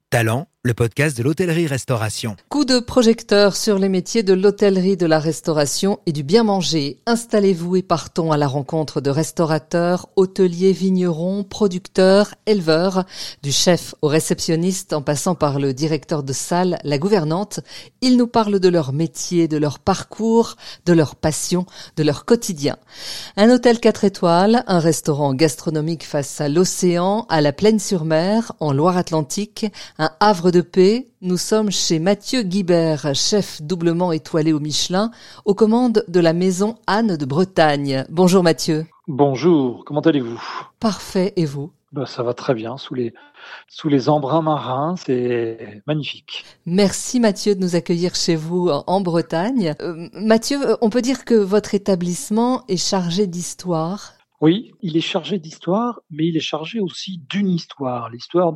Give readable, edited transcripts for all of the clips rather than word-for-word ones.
Talent, le podcast de l'hôtellerie-restauration. Coup de projecteur sur les métiers de l'hôtellerie, de la restauration et du bien manger. Installez-vous et partons à la rencontre de restaurateurs, hôteliers, vignerons, producteurs, éleveurs, du chef au réceptionniste en passant par le directeur de salle, la gouvernante. Ils nous parlent de leur métier, de leur parcours, de leur passion, de leur quotidien. Un hôtel 4 étoiles, un restaurant gastronomique face à l'océan, à la Plaine-sur-Mer, en Loire-Atlantique, un havre de paix. Nous sommes chez Mathieu Guibert, chef doublement étoilé au Michelin, aux commandes de la maison Anne de Bretagne. Bonjour Mathieu. Bonjour, comment allez-vous? Parfait, et vous? Ça va très bien, sous les embruns marins, c'est magnifique. Merci Mathieu de nous accueillir chez vous en Bretagne. Mathieu, on peut dire que votre établissement est chargé d'histoire? Oui, il est chargé d'histoire, mais il est chargé aussi d'une histoire, l'histoire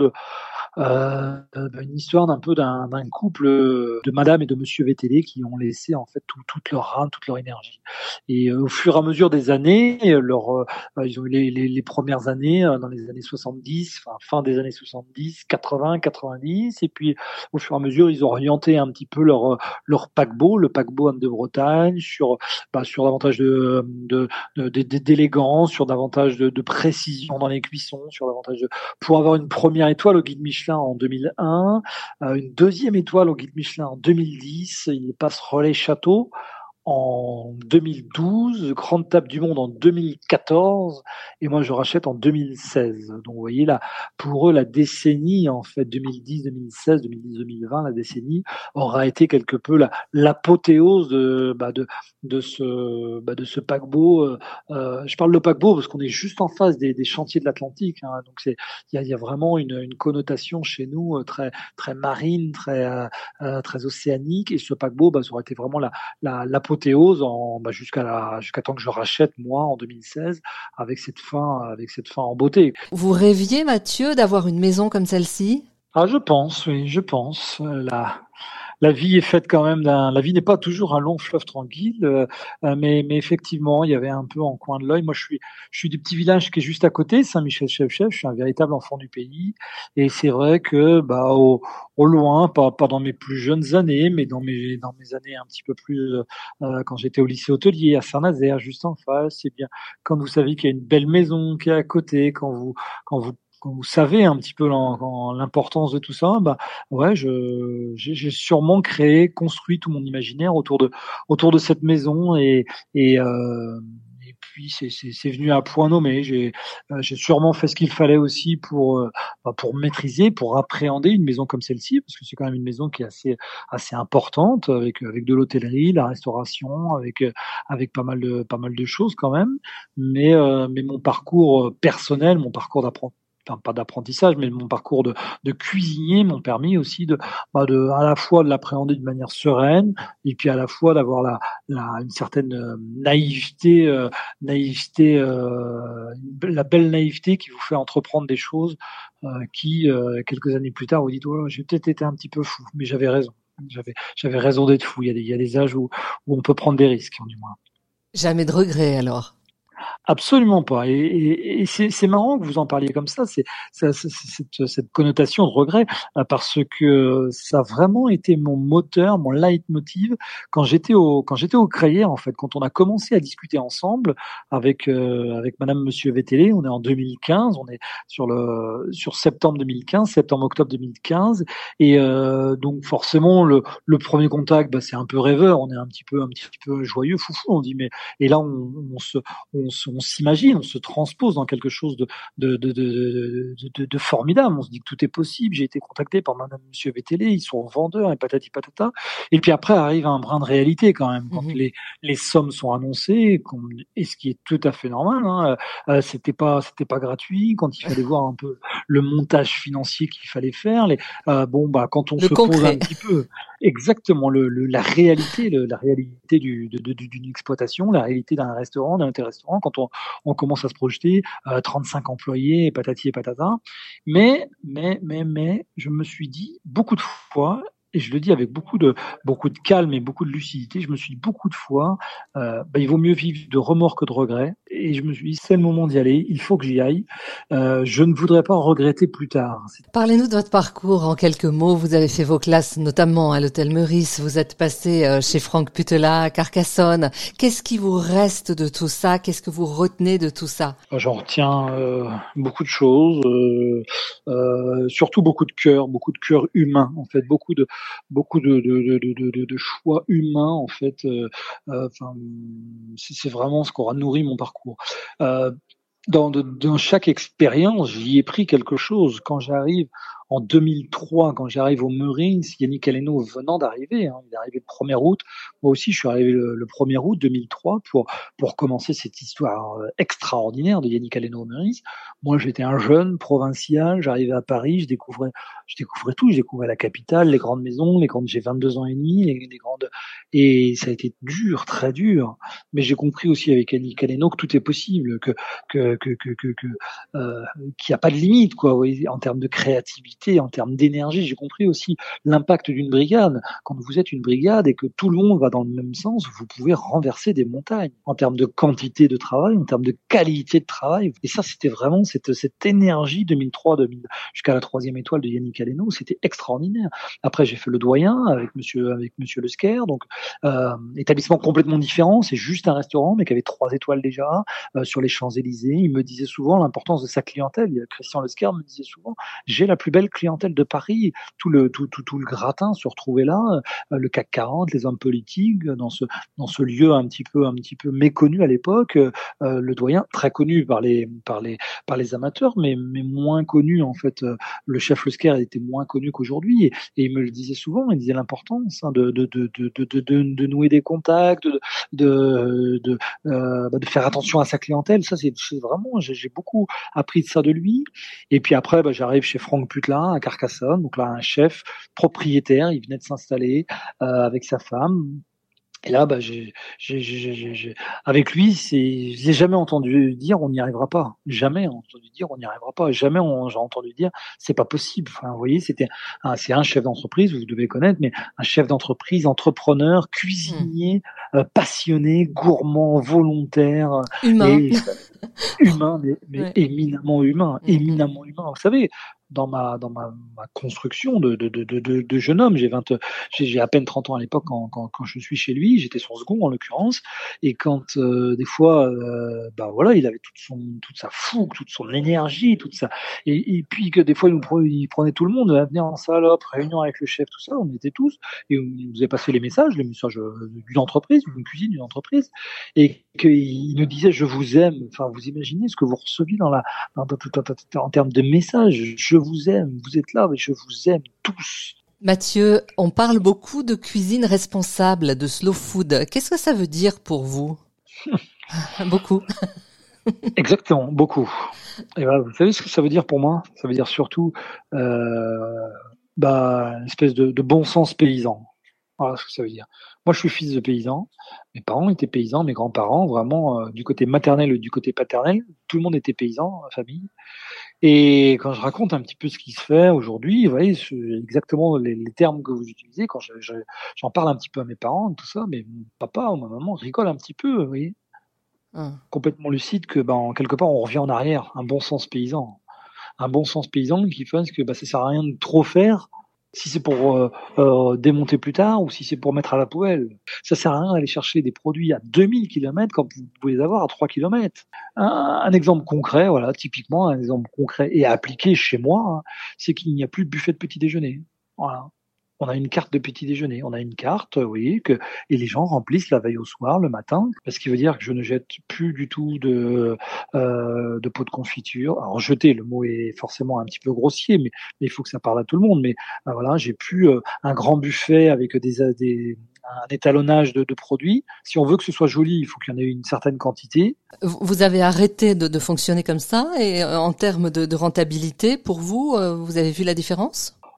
une histoire d'un couple de madame et de monsieur Vétélé qui ont laissé en fait toute leur âme, toute leur énergie. Et au fur et à mesure des années, ils ont eu les premières années dans les années 70, fin des années 70, 80, 90, et puis au fur et à mesure, ils ont orienté un petit peu leur paquebot, le paquebot Anne de Bretagne, sur davantage d'élégance, sur davantage de précision dans les cuissons, sur davantage pour avoir une première étoile au guide Michelin en 2001, une deuxième étoile au guide Michelin en 2010, il passe relais château en 2012, grande table du monde en 2014, et moi je rachète en 2016. Donc vous voyez là, pour eux la décennie en fait 2010, 2016, 2010, 2020, la décennie aura été quelque peu l'apothéose de ce paquebot. Je parle de paquebot parce qu'on est juste en face des chantiers de l'Atlantique, hein, donc il y a vraiment une connotation chez nous très très marine, très océanique, et ce paquebot ça aurait été vraiment l'apothéose jusqu'à temps que je rachète moi en 2016 avec cette fin en beauté. Vous rêviez Mathieu d'avoir une maison comme celle-ci? Je pense, oui, je pense. La vie est faite quand même la vie n'est pas toujours un long fleuve tranquille, mais effectivement, il y avait un peu en coin de l'œil. Moi, je suis du petit village qui est juste à côté, Saint-Michel-Chef-Chef. Je suis un véritable enfant du pays, et c'est vrai que, au loin, pas dans mes plus jeunes années, mais dans mes années un petit peu plus, quand j'étais au lycée hôtelier à Saint-Nazaire, juste en face, c'est bien quand vous savez qu'il y a une belle maison qui est à côté, quand vous savez un petit peu l'importance de tout ça, ouais, j'ai sûrement construit tout mon imaginaire autour de cette maison, et puis c'est venu à point nommé. J'ai sûrement fait ce qu'il fallait aussi pour maîtriser, pour appréhender une maison comme celle-ci, parce que c'est quand même une maison qui est assez importante, avec de l'hôtellerie, la restauration, avec pas mal de choses quand même. Mais mon parcours personnel, mon parcours pas d'apprentissage, mais mon parcours de cuisinier m'ont permis aussi à la fois de l'appréhender d'une manière sereine, et puis à la fois d'avoir une certaine naïveté, la belle naïveté qui vous fait entreprendre des choses qui, quelques années plus tard, vous dites, oh, j'ai peut-être été un petit peu fou, mais j'avais raison. J'avais raison d'être fou. Il y a des âges où on peut prendre des risques, du moins. Jamais de regret alors? Absolument pas. Et c'est marrant que vous en parliez comme ça. Cette connotation de regret, parce que ça a vraiment été mon moteur, mon leitmotiv quand j'étais au Crayère, en fait, quand on a commencé à discuter ensemble avec Madame Monsieur Vétélé. On est en 2015, on est sur septembre-octobre 2015, et donc forcément le premier contact, c'est un peu rêveur. On est un petit peu joyeux, foufou. On dit mais, et là on s'imagine, on se transpose dans quelque chose de formidable. On se dit que tout est possible. J'ai été contacté par Madame Monsieur Vétélé, ils sont vendeurs et patati patata. Et puis après arrive un brin de réalité quand même, quand les sommes sont annoncées, et ce qui est tout à fait normal. Hein, c'était pas gratuit. Quand il fallait voir un peu le montage financier qu'il fallait faire, quand on se pose un petit peu. Exactement, la réalité d'une exploitation, la réalité d'un restaurant, d'un hôtel-restaurant, quand on commence à se projeter, 35 employés, et patati et patata. Mais, je me suis dit beaucoup de fois, et je le dis avec beaucoup de calme et beaucoup de lucidité, je me suis dit beaucoup de fois, il vaut mieux vivre de remords que de regrets. Et je me suis dit, c'est le moment d'y aller, il faut que j'y aille. Je ne voudrais pas regretter plus tard. Parlez-nous de votre parcours en quelques mots. Vous avez fait vos classes notamment à l'hôtel Meurice. Vous êtes passé chez Franck Putela à Carcassonne. Qu'est-ce qui vous reste de tout ça? Qu'est-ce que vous retenez de tout ça? J'en retiens beaucoup de choses, surtout beaucoup de cœur humain en fait, beaucoup de choix humains en fait. C'est vraiment ce qu'aura nourri mon parcours. Dans chaque expérience, j'y ai pris quelque chose. Quand j'arrive en 2003, quand j'arrive au Meurice, Yannick Aleno venant d'arriver, il est arrivé le 1er août. Moi aussi, je suis arrivé le 1er août 2003 pour commencer cette histoire extraordinaire de Yannick Aleno au Meurice. Moi, j'étais un jeune provincial, j'arrivais à Paris, je découvrais tout. Je découvrais la capitale, les grandes maisons, j'ai 22 ans et demi, les grandes, et ça a été dur, très dur. Mais j'ai compris aussi avec Yannick Aleno que tout est possible, qu'il n'y a pas de limite, quoi, vous voyez, en termes de créativité, en termes d'énergie. J'ai compris aussi l'impact d'une brigade. Quand vous êtes une brigade et que tout le monde va dans le même sens, vous pouvez renverser des montagnes en termes de quantité de travail, en termes de qualité de travail. Et ça, c'était vraiment cette énergie 2003-2000 jusqu'à la 3e étoile de Yannick Aleno. C'était extraordinaire. Après, j'ai fait le doyen avec monsieur Lesquer, donc établissement complètement différent. C'est juste un restaurant, mais qui avait 3 étoiles déjà sur les Champs-Élysées. Il me disait souvent l'importance de sa clientèle. Christian Lesquer me disait souvent, j'ai la plus belle clientèle de Paris. Tout le gratin se retrouvait là, le CAC 40, les hommes politiques, dans ce lieu un petit peu méconnu à l'époque. Le doyen, très connu par les amateurs, mais moins connu en fait. Le chef Lesquer était moins connu qu'aujourd'hui, et il me le disait souvent. Il disait l'importance de nouer des contacts, de faire attention à sa clientèle. Ça, c'est vraiment, j'ai beaucoup appris de ça de lui. Et puis après, j'arrive chez Franck Putela à Carcassonne, donc là un chef propriétaire, il venait de s'installer avec sa femme. Et là, avec lui, j'ai jamais entendu dire on n'y arrivera pas. Jamais entendu dire on n'y arrivera pas. Jamais j'ai entendu dire c'est pas possible. Enfin, vous voyez, c'est un chef d'entreprise, vous devez connaître, mais un chef d'entreprise, entrepreneur, cuisinier, passionné, gourmand, volontaire, humain, mais éminemment humain, éminemment humain. Vous savez, dans ma construction de jeune homme, j'ai à peine 30 ans à l'époque quand je suis chez lui, j'étais son second en l'occurrence, et quand des fois il avait toute sa fougue, toute son énergie, et puis que des fois il prenait tout le monde, venez en salope, réunion avec le chef, tout ça, on était tous, et on nous avait passé les messages d'une entreprise, d'une cuisine, d'une entreprise, et qu'il nous disait je vous aime. Enfin, vous imaginez ce que vous receviez en termes de messages. Je vous aime, vous êtes là, mais je vous aime tous. Mathieu, on parle beaucoup de cuisine responsable, de slow food. Qu'est-ce que ça veut dire pour vous? Beaucoup. Exactement, beaucoup. Et voilà, vous savez ce que ça veut dire pour moi? Ça veut dire surtout une espèce de bon sens paysan. Voilà ce que ça veut dire. Moi, je suis fils de paysan. Mes parents étaient paysans, mes grands-parents, vraiment, du côté maternel et du côté paternel, tout le monde était paysan dans la famille. Et quand je raconte un petit peu ce qui se fait aujourd'hui, vous voyez, exactement les termes que vous utilisez, quand j'en parle un petit peu à mes parents, tout ça, mais mon papa ou ma maman rigole un petit peu, vous voyez. Complètement lucide que, quelque part, on revient en arrière, un bon sens paysan. Un bon sens paysan qui fait que ça sert à rien de trop faire, si c'est pour démonter plus tard ou si c'est pour mettre à la poubelle. Ça sert à rien d'aller chercher des produits à 2000 km quand vous pouvez les avoir à 3 km. Un exemple concret, voilà, typiquement un exemple concret et appliqué chez moi, c'est qu'il n'y a plus de buffet de petit déjeuner. Voilà. On a une carte de petit déjeuner. On a une carte, et les gens remplissent la veille au soir, le matin, ce qui veut dire que je ne jette plus du tout de pots de confiture. Alors jeter, le mot est forcément un petit peu grossier, mais il faut que ça parle à tout le monde. Mais voilà, j'ai plus un grand buffet avec un étalonnage de produits. Si on veut que ce soit joli, il faut qu'il y en ait une certaine quantité. Vous avez arrêté de fonctionner comme ça, et en termes de rentabilité, pour vous, vous avez vu la différence?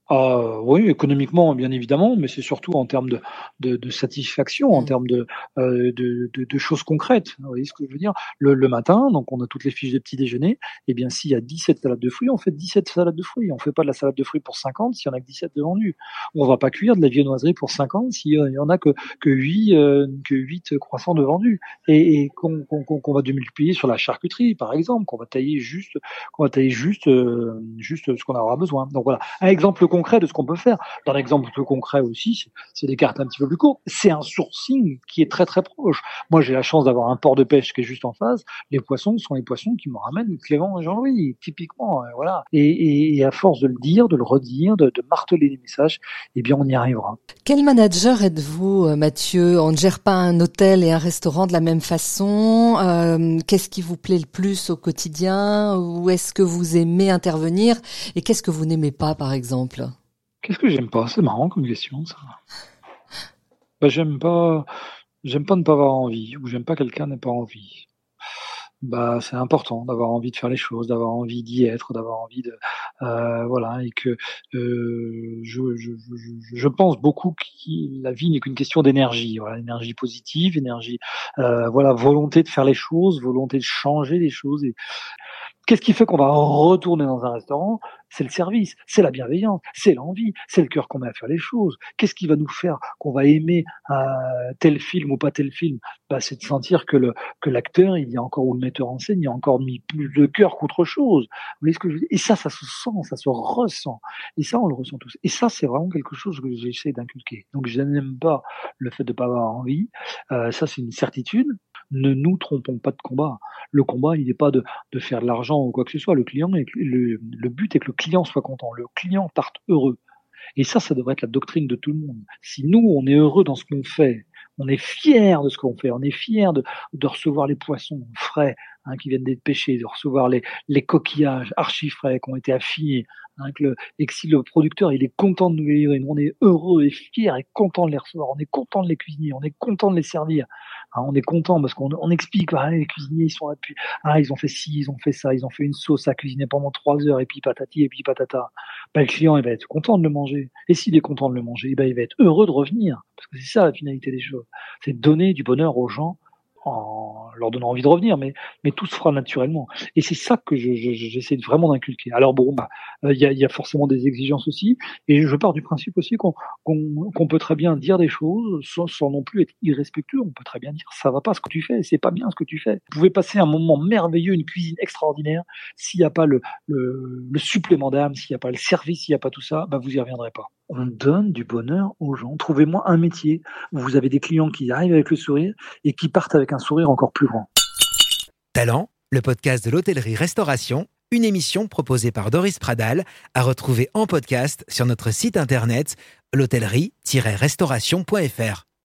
Oui, économiquement, bien évidemment, mais c'est surtout en termes de satisfaction, en Mmh. termes de choses concrètes. Vous voyez ce que je veux dire? Le matin, donc on a toutes les fiches de petit déjeuner, et bien s'il y a 17 salades de fruits, on fait 17 salades de fruits. On fait pas de la salade de fruits pour 50 s'il y en a que 17 de vendus. On va pas cuire de la viennoiserie pour 50 s'il y en a que 8 croissants de vendus et qu'on va démultiplier sur la charcuterie, par exemple, qu'on va tailler juste ce qu'on aura besoin. Donc voilà, un exemple concret de ce qu'on peut faire. Dans l'exemple plus concret aussi, c'est des cartes un petit peu plus courtes. C'est un sourcing qui est très très proche. Moi, j'ai la chance d'avoir un port de pêche qui est juste en face. Les poissons sont les poissons qui me ramènent Clément et Jean-Louis, typiquement. Voilà. Et à force de le dire, de le redire, de marteler les messages, eh bien, on y arrivera. Quel manager êtes-vous, Mathieu? On ne gère pas un hôtel et un restaurant de la même façon. Qu'est-ce qui vous plaît le plus au quotidien? Où est-ce que vous aimez intervenir? Et qu'est-ce que vous n'aimez pas, par exemple? Qu'est-ce que j'aime pas? C'est marrant comme question, ça. Bah, j'aime pas ne pas avoir envie, ou j'aime pas quelqu'un n'ait pas envie. Bah, c'est important d'avoir envie de faire les choses, d'avoir envie d'y être, d'avoir envie de, voilà, et que, je pense beaucoup que la vie n'est qu'une question d'énergie, voilà, énergie positive, énergie, voilà, volonté de faire les choses, volonté de changer les choses. Et qu'est-ce qui fait qu'on va retourner dans un restaurant? C'est le service, c'est la bienveillance, c'est l'envie, c'est le cœur qu'on met à faire les choses. Qu'est-ce qui va nous faire qu'on va aimer tel film ou pas tel film? Bah, c'est de sentir que l'acteur, il y a encore, ou le metteur en scène, il y a encore mis plus de cœur qu'autre chose. Vous voyez ce que je veux dire? Et ça se sent, ça se ressent. Et ça, on le ressent tous. Et ça, c'est vraiment quelque chose que j'essaie d'inculquer. Donc, je n'aime pas le fait de pas avoir envie. Ça, c'est une certitude. Ne nous trompons pas de combat. Le combat, il n'est pas de faire de l'argent ou quoi que ce soit. Le but est que le client soit content, le client parte heureux. Et ça devrait être la doctrine de tout le monde. Si nous, on est heureux dans ce qu'on fait, on est fier de ce qu'on fait, on est fier de recevoir les poissons frais qui viennent d'être pêchés, de recevoir les coquillages archi frais qui ont été affinés, et que si le producteur il est content de nous les livrer, nous on est heureux et fiers et content de les recevoir, on est content de les cuisiner, on est content de les servir, on est content parce qu'on explique, les cuisiniers ils sont là depuis, ils ont fait ci, ils ont fait ça, ils ont fait une sauce à cuisiner pendant 3 heures et puis patati et puis patata. Bah, le client, il va être content de le manger. Et s'il est content de le manger, il va être heureux de revenir. Parce que c'est ça la finalité des choses. C'est de donner du bonheur aux gens en leur donnant envie de revenir, mais tout se fera naturellement. Et c'est ça que j'essaie vraiment d'inculquer. Alors bon, il y a forcément des exigences aussi, et je pars du principe aussi qu'on peut très bien dire des choses sans non plus être irrespectueux. On peut très bien dire ça va pas ce que tu fais, c'est pas bien ce que tu fais. Vous pouvez passer un moment merveilleux, une cuisine extraordinaire, s'il n'y a pas le supplément d'âme, s'il n'y a pas le service, s'il n'y a pas tout ça, vous y reviendrez pas. On donne du bonheur aux gens. Trouvez-moi un métier où vous avez des clients qui arrivent avec le sourire et qui partent avec un sourire encore plus grand. Talent, le podcast de l'hôtellerie-restauration, une émission proposée par Doris Pradal, à retrouver en podcast sur notre site internet l'hôtellerie-restauration.fr.